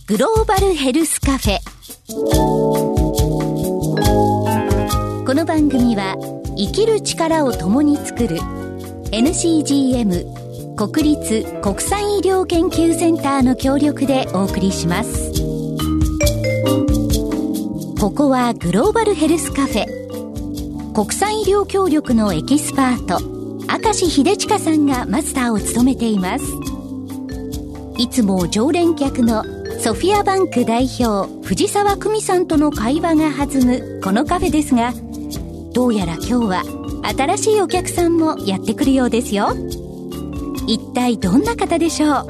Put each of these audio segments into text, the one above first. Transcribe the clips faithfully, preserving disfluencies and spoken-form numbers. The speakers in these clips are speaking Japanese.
グローバルヘルスカフェ。この番組は生きる力を共に作る エヌシージーエム 国立国際医療研究センターの協力でお送りします。ここはグローバルヘルスカフェ。国際医療協力のエキスパート明石秀親さんがマスターを務めています。いつも常連客のソフィアバンク代表藤沢久美さんとの会話が弾むこのカフェですが、どうやら今日は新しいお客さんもやってくるようですよ。一体どんな方でしょう。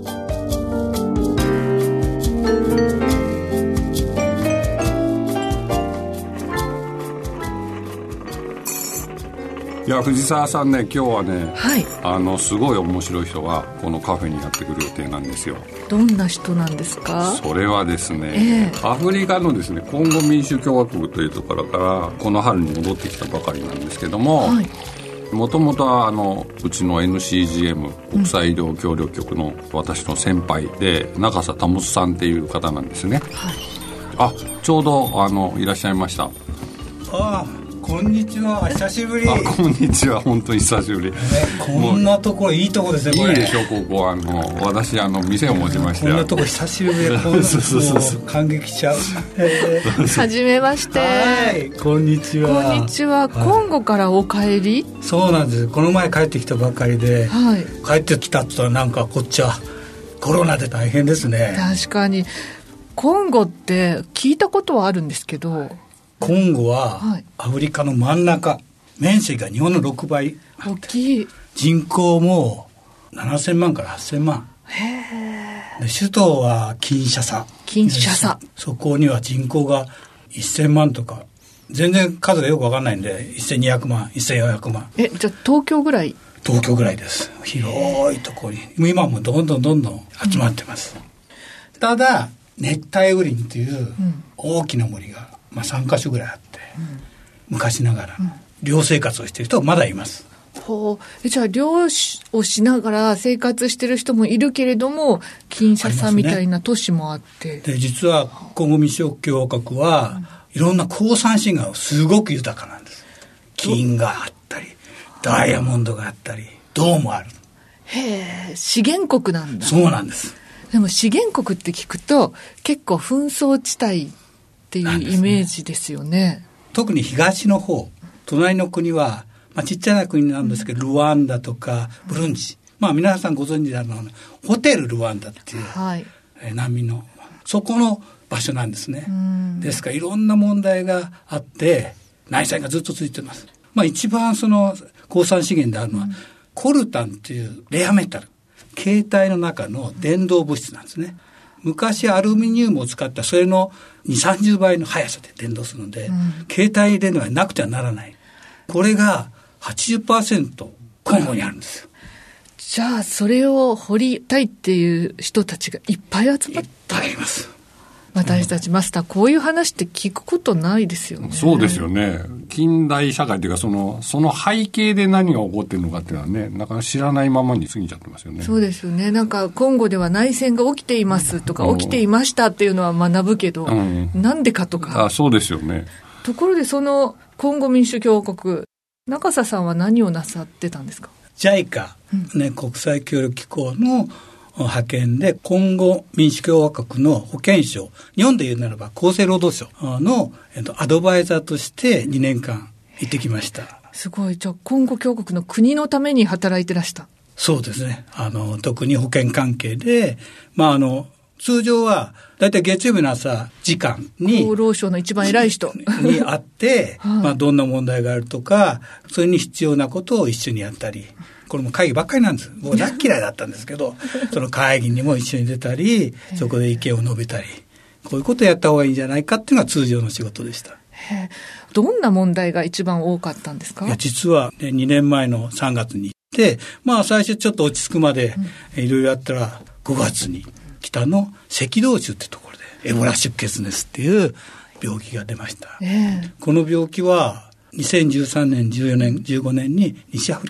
いや藤沢さんね、今日はね、 はい、 あのすごい面白い人がこのカフェにやってくる予定なんですよ。 どんな人なんですか？ それはですね、えー、アフリカのですねコンゴ民主共和国というところからこの春に戻ってきたばかりなんですけども、もともとはあのうちの エヌシージーエム 国際医療協力局の私の先輩で、うん、中佐保さんっていう方なんですね、はい、あ、ちょうどあのいらっしゃいました。 ああ、こんにちは、久しぶり。 あ、こんにちは、本当に久しぶり、ね、 こんなところいいとこですね。これいいでしょ、ここあの私あの店を持ちまして、 こんなとこ久しぶりでこんなそうそうそうそう、感激しちゃう。 はじめまして。 はい、こんにちは。 こんにちは。コンゴからお帰り？ そうなんです。この前帰ってきたばかりで、はい、帰ってきたって言ったらなんかこっちはコロナで大変ですね。 確かにコンゴって聞いたことはあるんですけど、はい、 コンゴはアフリカの真ん中、面積が日本のろくばいあって、 大きい。 人口もななせんまんからはっせんまん。へー。で首都はキンシャサ。 キンシャサ。 そこには人口がせんまんとか、全然数がよく分かんないんで、せんにひゃくまん、せんよんひゃくまん。 え、じゃあ東京ぐらい？ 東京ぐらいです。広いところに今もどんどんどんどん集まってます、うん、ただ熱帯雨林という大きな森が、まあ、さんかしょぐらいあって、うん、昔ながらの寮生活をしている人はまだいます。 ほう。え、じゃあ寮をしながら生活している人もいるけれども、キンシャサみたいな都市もあって、ね、 で実はコンゴ民主共和国は、うん、いろんな鉱産資源がすごく豊かなんです。金があったりダイヤモンドがあったり銅もある。 へえ、資源国なんだ。 そうなんです。 でも資源国って聞くと結構紛争地帯っていうイメージですよね。 特に東の方、隣の国は、まあ、ちっちゃな国なんですけど、ルワンダとかブルンジ、まあ、皆さんご存知であるのはホテルルワンダっていう、はい、えー、難民のそこの場所なんですね。ですからいろんな問題があって内戦がずっと続いています。まあ、一番その鉱産資源であるのは、うん、コルタンっていうレアメタル、携帯の中の電動物質なんですね。昔アルミニウムを使ったそれのにじゅう、さんじゅうばいの速さで電動するので、うん、携帯電話はなくてはならない。これが はちじゅっパーセント コンゴにあるんですよ。 じゃあそれを掘りたいっていう人たちがいっぱい集まって、いっぱいいます。 私たちマスター、こういう話って聞くことないですよね。 そうですよね。近代社会というか、そのその背景で何が起こっているのかっていうのはね、なかなか知らないままに過ぎちゃってますよね。 そうですよね。なんかコンゴでは内戦が起きていますとか、起きていましたっていうのは学ぶけど、うん、なんでかとか。 あ、そうですよね。 ところでそのコンゴ民主共和国、中佐さんは何をなさってたんですか？ ジャイカ、ね、うん、国際協力機構の派遣でコンゴ民主共和国の保健省、日本で言うならば厚生労働省の、えっと、アドバイザーとしてにねんかん行ってきました。 すごい。じゃあコンゴ共和国の国のために働いてらした？ そうですね。あの特に保健関係で、まああの通常はだいたい月曜日の朝時間に厚労省の一番偉い人に会って、はい、まあ、どんな問題があるとかそれに必要なことを一緒にやったり、これも会議ばっかりなんです。僕大嫌いだったんですけどその会議にも一緒に出たり、そこで意見を述べたり、こういうことをやった方がいいんじゃないかっていうのが通常の仕事でした。 へ、どんな問題が一番多かったんですか？ いや実は、ね、にねんまえのさんがつに行って、まあ最初ちょっと落ち着くまでいろいろやったら、ごがつに北の赤道州ってところでエボラ出血熱っていう病気が出ました、えー、この病気はにせんじゅうさんねんじゅうよねんじゅうごねんに西アフリカで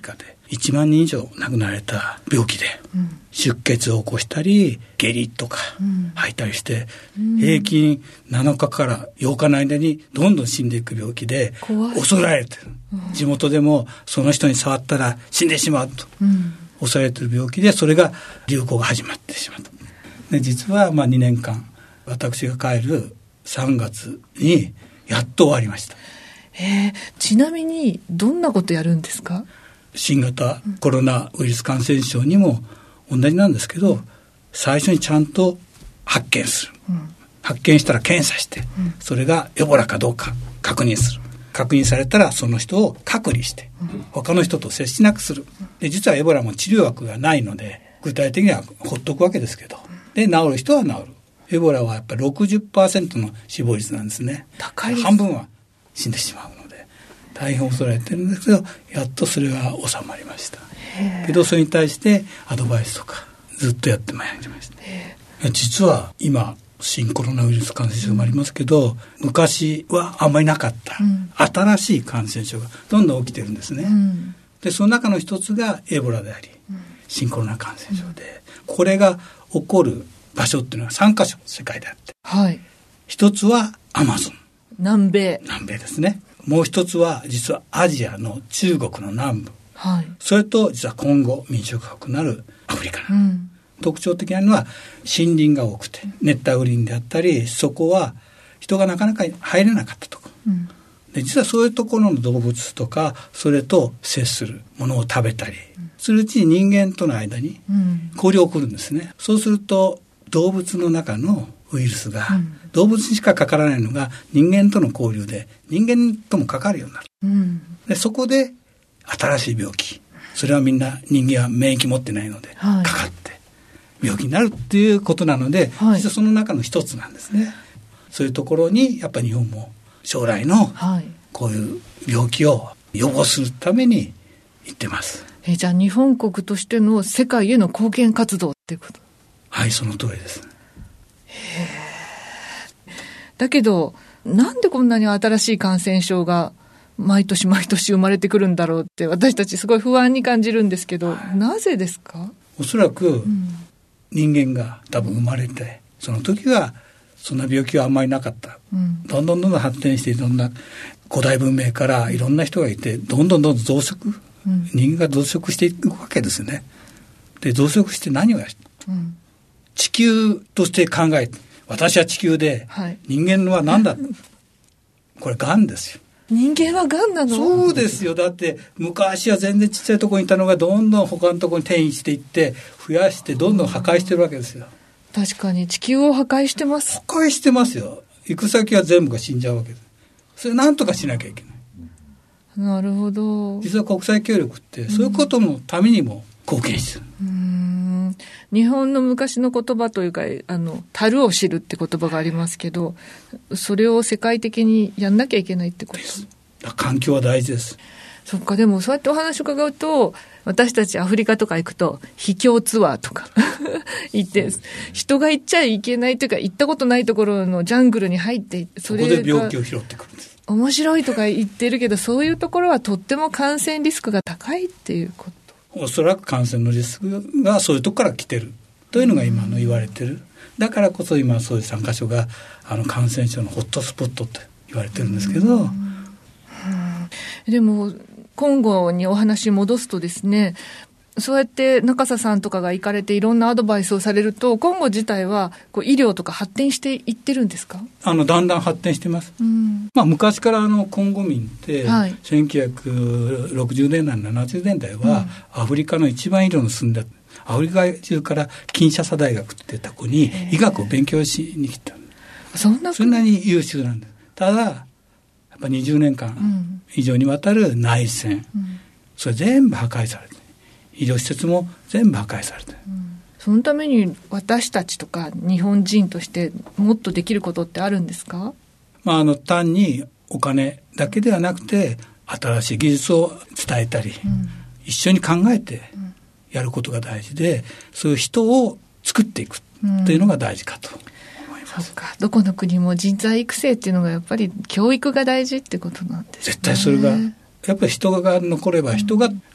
いちまんにん以上亡くなられた病気で、うん、出血を起こしたり下痢とか吐いたりして、うん、平均なのかからようかの間にどんどん死んでいく病気で恐れられてる、うん、地元でもその人に触ったら死んでしまうと、うん、恐れられている病気で、それが流行が始まってしまった。で実はまあにねんかん私が帰るさんがつにやっと終わりました。 えー、ちなみにどんなことやるんですか？ 新型コロナウイルス感染症にも同じなんですけど、最初にちゃんと発見する、うん、発見したら検査して、うん、それがエボラかどうか確認する。確認されたらその人を隔離して、うん、他の人と接しなくする。で実はエボラも治療薬がないので具体的にはほっとくわけですけど、で治る人は治る。エボラはやっぱり ろくじゅっパーセント の死亡率なんですね。 高いです。 半分は死んでしまうので大変恐れてるんですけど、やっとそれが収まりました。けどそれに対してアドバイスとかずっとやってまいりました。実は今新コロナウイルス感染症もありますけど、うん、昔はあんまりなかった、うん、新しい感染症がどんどん起きてるんですね、うん、でその中の一つがエボラであり、うん、新コロナ感染症で、うん、これが起こる場所っていうのはさんかしょ世界であって、はい、一つはアマゾン南米南米ですね。もう一つは実はアジアの中国の南部、はい、それと実はコンゴ民主共和国なるアフリカなる、うん、特徴的なのは森林が多くて熱帯雨林であったり、そこは人がなかなか入れなかったところ、うん、で実はそういうところの動物とかそれと接するものを食べたりするうちに人間との間に交流が起こるんですね、うん、そうすると動物の中のウイルスが、うん、動物にしかかからないのが人間との交流で人間ともかかるようになる、うん、でそこで新しい病気、それはみんな人間は免疫持ってないので、はい、かかって病気になるっていうことなので、はい、実はその中の一つなんですね。そういうところにやっぱり日本も将来のこういう病気を予防するために行ってます。 えじゃあ日本国としての世界への貢献活動っていうこと？ はい、その通りです。 へだけどなんでこんなに新しい感染症が毎年毎年生まれてくるんだろうって私たちすごい不安に感じるんですけど、はい、なぜですか？ おそらく人間が多分生まれてその時はそんな病気はあんまりなかった、うん、どんどんどんどん発展していろんな古代文明からいろんな人がいてどんどんどんどん増殖、うん、人間が増殖していくわけですね。で増殖して何をやる、うん、地球として考えて私は地球で、はい、人間は何だこれがんですよ。 人間はがんなの？ そうですよ。だって昔は全然ちっちゃいところにいたのがどんどん他のところに転移していって増やしてどんどん破壊してるわけですよ。 確かに地球を破壊してます。 破壊してますよ。行く先は全部が死んじゃうわけです。それなんとかしなきゃいけない。 なるほど。 実は国際協力ってそういうことのためにも貢献してる。 うーん、日本の昔の言葉というかあの樽を知るって言葉がありますけど、それを世界的にやんなきゃいけないってことです。 環境は大事です。 そっか。でもそうやってお話を伺うと私たちアフリカとか行くと秘境ツアーとか行って人が行っちゃいけないというか行ったことないところのジャングルに入ってそれがそこで病気を拾ってくるんです。 面白いとか言ってるけどそういうところはとっても感染リスクが高いっていうこと。 おそらく感染のリスクがそういうところから来てるというのが今の言われてる。だからこそ今そういうさんかしょがあの感染症のホットスポットって言われてるんですけど、うんうん、 でも今後にお話戻すとですね、そうやって中佐さんとかが行かれていろんなアドバイスをされると今後自体はこう医療とか発展していってるんですか？ あのだんだん発展してます、うんまあ、昔からあのコンゴ民って、はい、せんきゅうひゃくろくじゅうねんだいななじゅうねんだいは、うん、アフリカの一番医療の進んだアフリカ中からキンシャサ大学ってとこに医学を勉強しに来た。 そんなそんなに優秀なんです。ただやっぱにじゅうねんかん以上にわたる内戦、うん、それ全部破壊されて医療施設も全部破壊されて、うん、 そのために私たちとか日本人としてもっとできることってあるんですか？ まあ、あの単にお金だけではなくて新しい技術を伝えたり、うん、一緒に考えてやることが大事で、そういう人を作っていくというのが大事かと思います、うん、 そうか。どこの国も人材育成っていうのがやっぱり教育が大事ってことなんですね。 絶対それがやっぱり人が残れば人が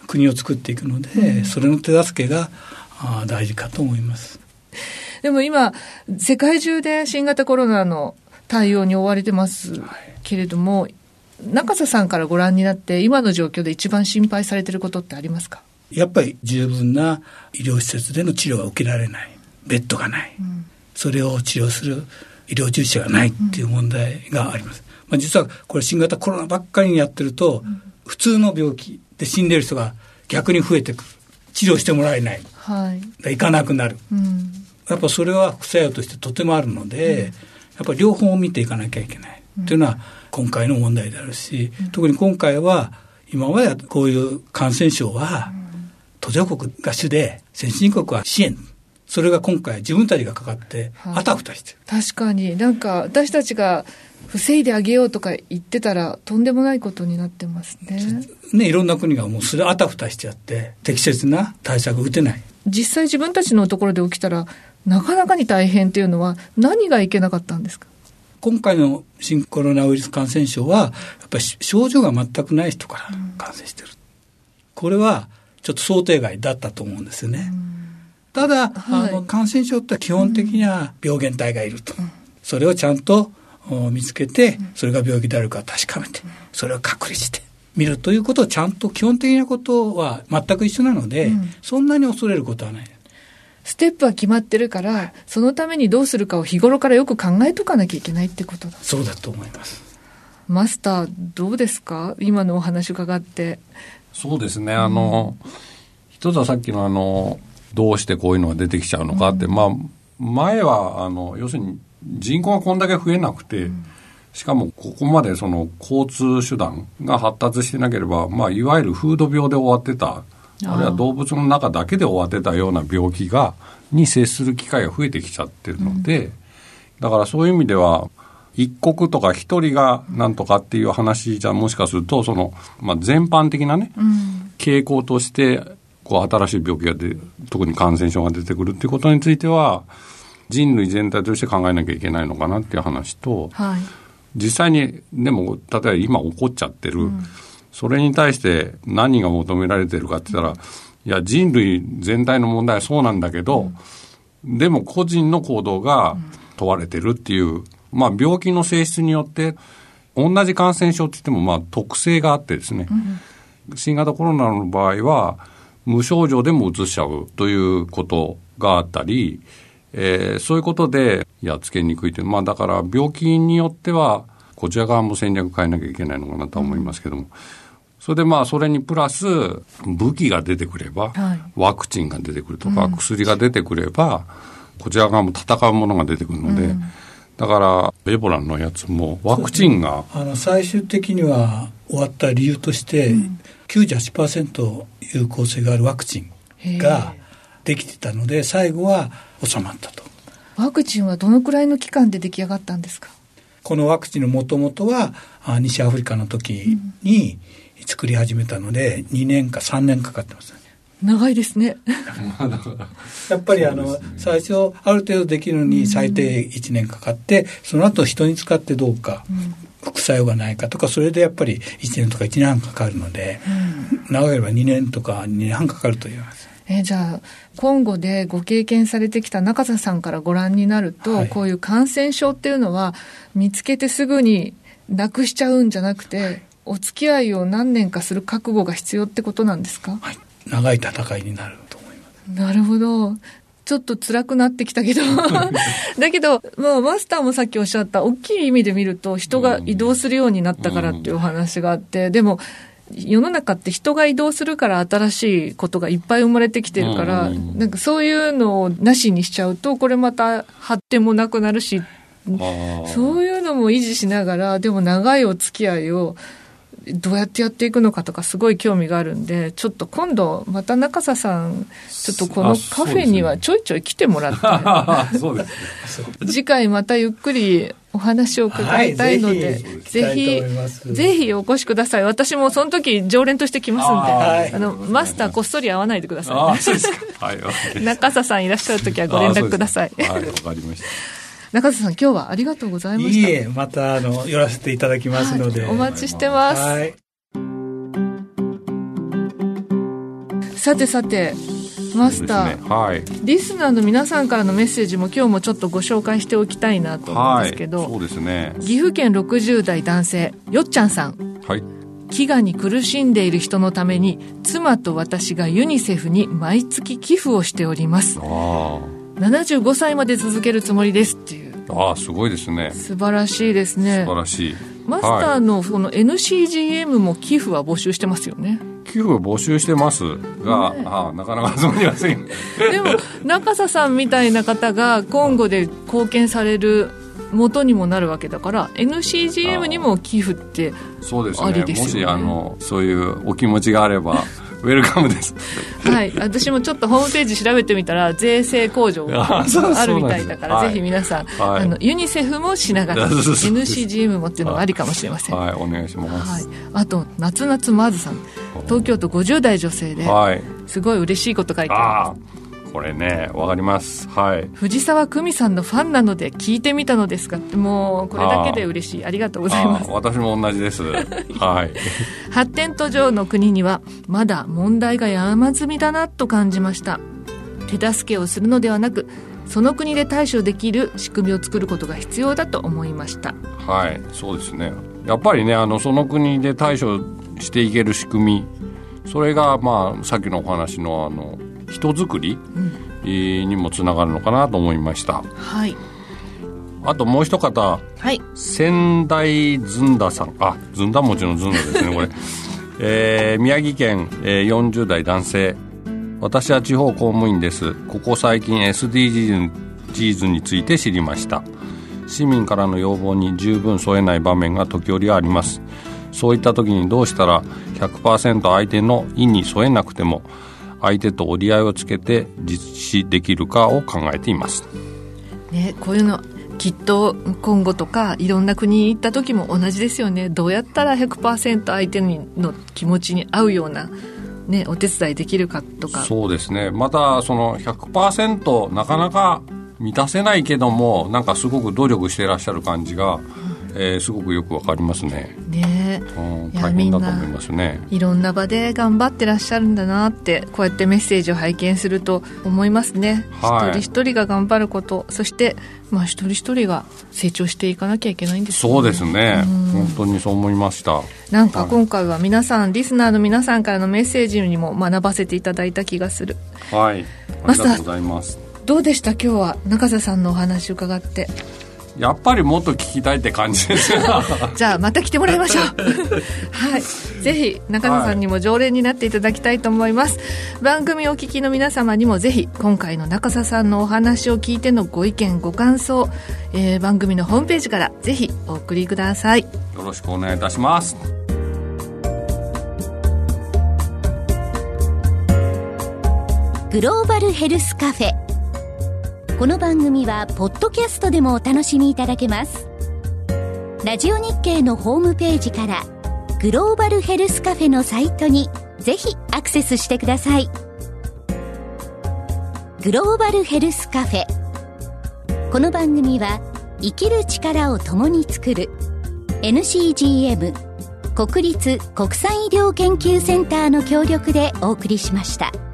国を作っていくので、うん、それの手助けが大事かと思います。 でも今世界中で新型コロナの対応に追われてますけれども、はい、中佐さんからご覧になって今の状況で一番心配されていることってありますか？ やっぱり十分な医療施設での治療が受けられない、ベッドがない、うん、それを治療する医療従事者がないっていう問題があります、うんまあ、実はこれ新型コロナばっかりにやってると、うん、普通の病気で死んでる人が逆に増えてくる、治療してもらえない、はい、行かなくなる、うん、やっぱそれは副作用としてとてもあるので、うん、やっぱり両方を見ていかなきゃいけない、うん、というのは今回の問題であるし、うん、特に今回は今までこういう感染症は、うん、途上国が主で先進国は支援、それが今回自分たちがかかってあたふたしてる、 はい、確かになんか私たちが防いであげようとか言ってたらとんでもないことになってますね。 ね、いろんな国がもうそれあたふたしちゃって適切な対策を打てない。 実際自分たちのところで起きたらなかなかに大変っていうのは何がいけなかったんですか？ 今回の新コロナウイルス感染症はやっぱり症状が全くない人から感染してる、うん、これはちょっと想定外だったと思うんですよね、うん、ただ、はい、あの感染症って基本的には病原体がいると、うん、それをちゃんと見つけて、それが病気であるか確かめて、それを隔離して見るということをちゃんと基本的なことは全く一緒なので、うん、そんなに恐れることはない。 ステップは決まってるから、はい、そのためにどうするかを日頃からよく考えとかなきゃいけないってことだ。 そうだと思います。 マスターどうですか、今のお話伺って。 そうですね、あの、うん、一つはさっきのあのどうしてこういうのが出てきちゃうのかって、うん、まあ前はあの要するに人口がこんだけ増えなくて、うん、しかもここまでその交通手段が発達してなければ、まあ、いわゆる風土病で終わってた、あるいは動物の中だけで終わってたような病気がに接する機会が増えてきちゃってるので、うん、だからそういう意味では一国とか一人がなんとかっていう話じゃもしかするとその、まあ、全般的なね、うん、傾向としてこう新しい病気がで特に感染症が出てくるっていうことについては人類全体として考えなきゃいけないのかなっていう話と、はい、実際にでも例えば今起こっちゃってる、うん、それに対して何が求められてるかって言ったら、うん、いや人類全体の問題はそうなんだけど、うん、でも個人の行動が問われてるっていう、まあ、病気の性質によって同じ感染症って言ってもまあ特性があってですね、うん、新型コロナの場合は無症状でもうつしちゃうということがあったり、えー、そういうことでやっつけにくいという、まあ、だから病気によってはこちら側も戦略変えなきゃいけないのかなと思いますけども、うん、それでまあそれにプラス武器が出てくれば、はい、ワクチンが出てくるとか、うん、薬が出てくればこちら側も戦うものが出てくるので、うん、だからエボラのやつもワクチンが、 あの最終的には終わった理由として、うん、きゅうじゅうはちパーセント 有効性があるワクチンができてたので最後は収まったと。 ワクチンはどのくらいの期間で出来上がったんですか？ このワクチンのもともとは西アフリカの時に作り始めたのでにねんかさんねんかかってます、ね、 長いですねやっぱりあの、ね、最初ある程度できるのに最低いちねんかかって、うん、その後人に使ってどうか、うん、副作用がないかとかそれでやっぱりいちねんとかいちねんはんかかるので、うん、長ければにねんとかにねんはんかかると言います。 えー、じゃあ今後でご経験されてきた中佐さんからご覧になると、はい、こういう感染症っていうのは見つけてすぐになくしちゃうんじゃなくて、はい、お付き合いを何年かする覚悟が必要ってことなんですか？ はい、長い戦いになると思います。 なるほど。ちょっと辛くなってきたけどだけど、まあ、マスターもさっきおっしゃった大きい意味で見ると人が移動するようになったからっていうお話があって、でも世の中って人が移動するから新しいことがいっぱい生まれてきてるから、うん、なんかそういうのをなしにしちゃうとこれまた発展もなくなるし、そういうのも維持しながらでも長いお付き合いをどうやってやっていくのかとかすごい興味があるんで、ちょっと今度また中佐さんちょっとこのカフェにはちょいちょい来てもらってそうですね次回またゆっくりお話を伺いたいので、はい、ぜひぜひお越しください。私もその時常連として来ますんで、あ、はい、あのマスターこっそり会わないでください、ね、あ、そうですか、はい、中佐さんいらっしゃる時はご連絡ください。 はい、わかりました。 中佐さん今日はありがとうございました。 いいえ、またあの寄らせていただきますので、 はい、お待ちしてます。はい、 さてさてマスター、ね、はい、リスナーの皆さんからのメッセージも今日もちょっとご紹介しておきたいなと思うんですけど、 はい、そうですね、 岐阜県ろくじゅう代男性よっちゃんさん、 はい、 飢餓に苦しんでいる人のために妻と私がユニセフに毎月寄付をしております。 あななじゅうごさいまで続けるつもりですっていう。 ああ、すごいですね。 素晴らしいですね。 素晴らしい。 マスターのこの エヌシージーエム も寄付は募集してますよね。 寄付を募集してますが、ね、ああなかなか集まりませんでも中佐さんみたいな方が今後で貢献される元にもなるわけだから エヌシージーエム にも寄付ってありですよね。 そうですね。もしあのそういうお気持ちがあればウェルカムですはい、私もちょっとホームページ調べてみたら税制控除があるみたいだから、ぜひ皆さん、はい、あのユニセフもしながら エヌシージーエム もっていうのがありかもしれません。 はい、お願いします、 はい、あと夏夏マーズさん、東京都ごじゅう代女性で、はい、すごい嬉しいこと書いてあります。 これね、わかります、はい、 藤沢久美さんのファンなので聞いてみたのですが、もうこれだけで嬉しい。 あ, ありがとうございます。 私も同じです、はい、 発展途上の国にはまだ問題が山積みだなと感じました。手助けをするのではなく、その国で対処できる仕組みを作ることが必要だと思いました。 はい、そうですね。やっぱりね、あのその国で対処していける仕組み、それが、まあ、さっきのお話のあの人づくり、うん、にもつながるのかなと思いました。 はい。 あともう一方、 はい、 仙台ずんださん、あ、ずんだ餅のずんだですねこれ、えー、宮城県、えー、よんじゅう代男性、私は地方公務員です。ここ最近 エスディージーズ について知りました。市民からの要望に十分添えない場面が時折あります。そういった時にどうしたら ひゃくパーセント 相手の意に添えなくても相手と折り合いをつけて実施できるかを考えています、 ね、こういうのきっと今後とかいろんな国に行った時も同じですよね。どうやったら ひゃくパーセント 相手の気持ちに合うような、ね、お手伝いできるかとか。 そうですね。またその ひゃくパーセント なかなか満たせないけども、なんかすごく努力していらっしゃる感じが、うん、えー、すごくよくわかりますね。 ね、 うん、大変だと思いますね。 いろんな場で頑張ってらっしゃるんだなってこうやってメッセージを拝見すると思いますね、はい、一人一人が頑張ること、そして、まあ、一人一人が成長していかなきゃいけないんですね。 そうですね、うん、本当にそう思いました。 なんか今回は皆さん、はい、リスナーの皆さんからのメッセージにも学ばせていただいた気がする。 はい、ありがとうございます。 どうでした、今日は中瀬さんのお話を伺って。 やっぱりもっと聞きたいって感じですじゃあまた来てもらいましょうはい、ぜひ中野さんにも常連になっていただきたいと思います、はい、番組お聞きの皆様にもぜひ今回の中佐さんのお話を聞いてのご意見ご感想、えー、番組のホームページからぜひお送りください。よろしくお願いいたします。 グローバルヘルスカフェ、この番組はポッドキャストでもお楽しみいただけます。ラジオ日経のホームページからグローバルヘルスカフェのサイトにぜひアクセスしてください。グローバルヘルスカフェ、この番組は生きる力を共に作る エヌシージーエム 国立国際医療研究センターの協力でお送りしました。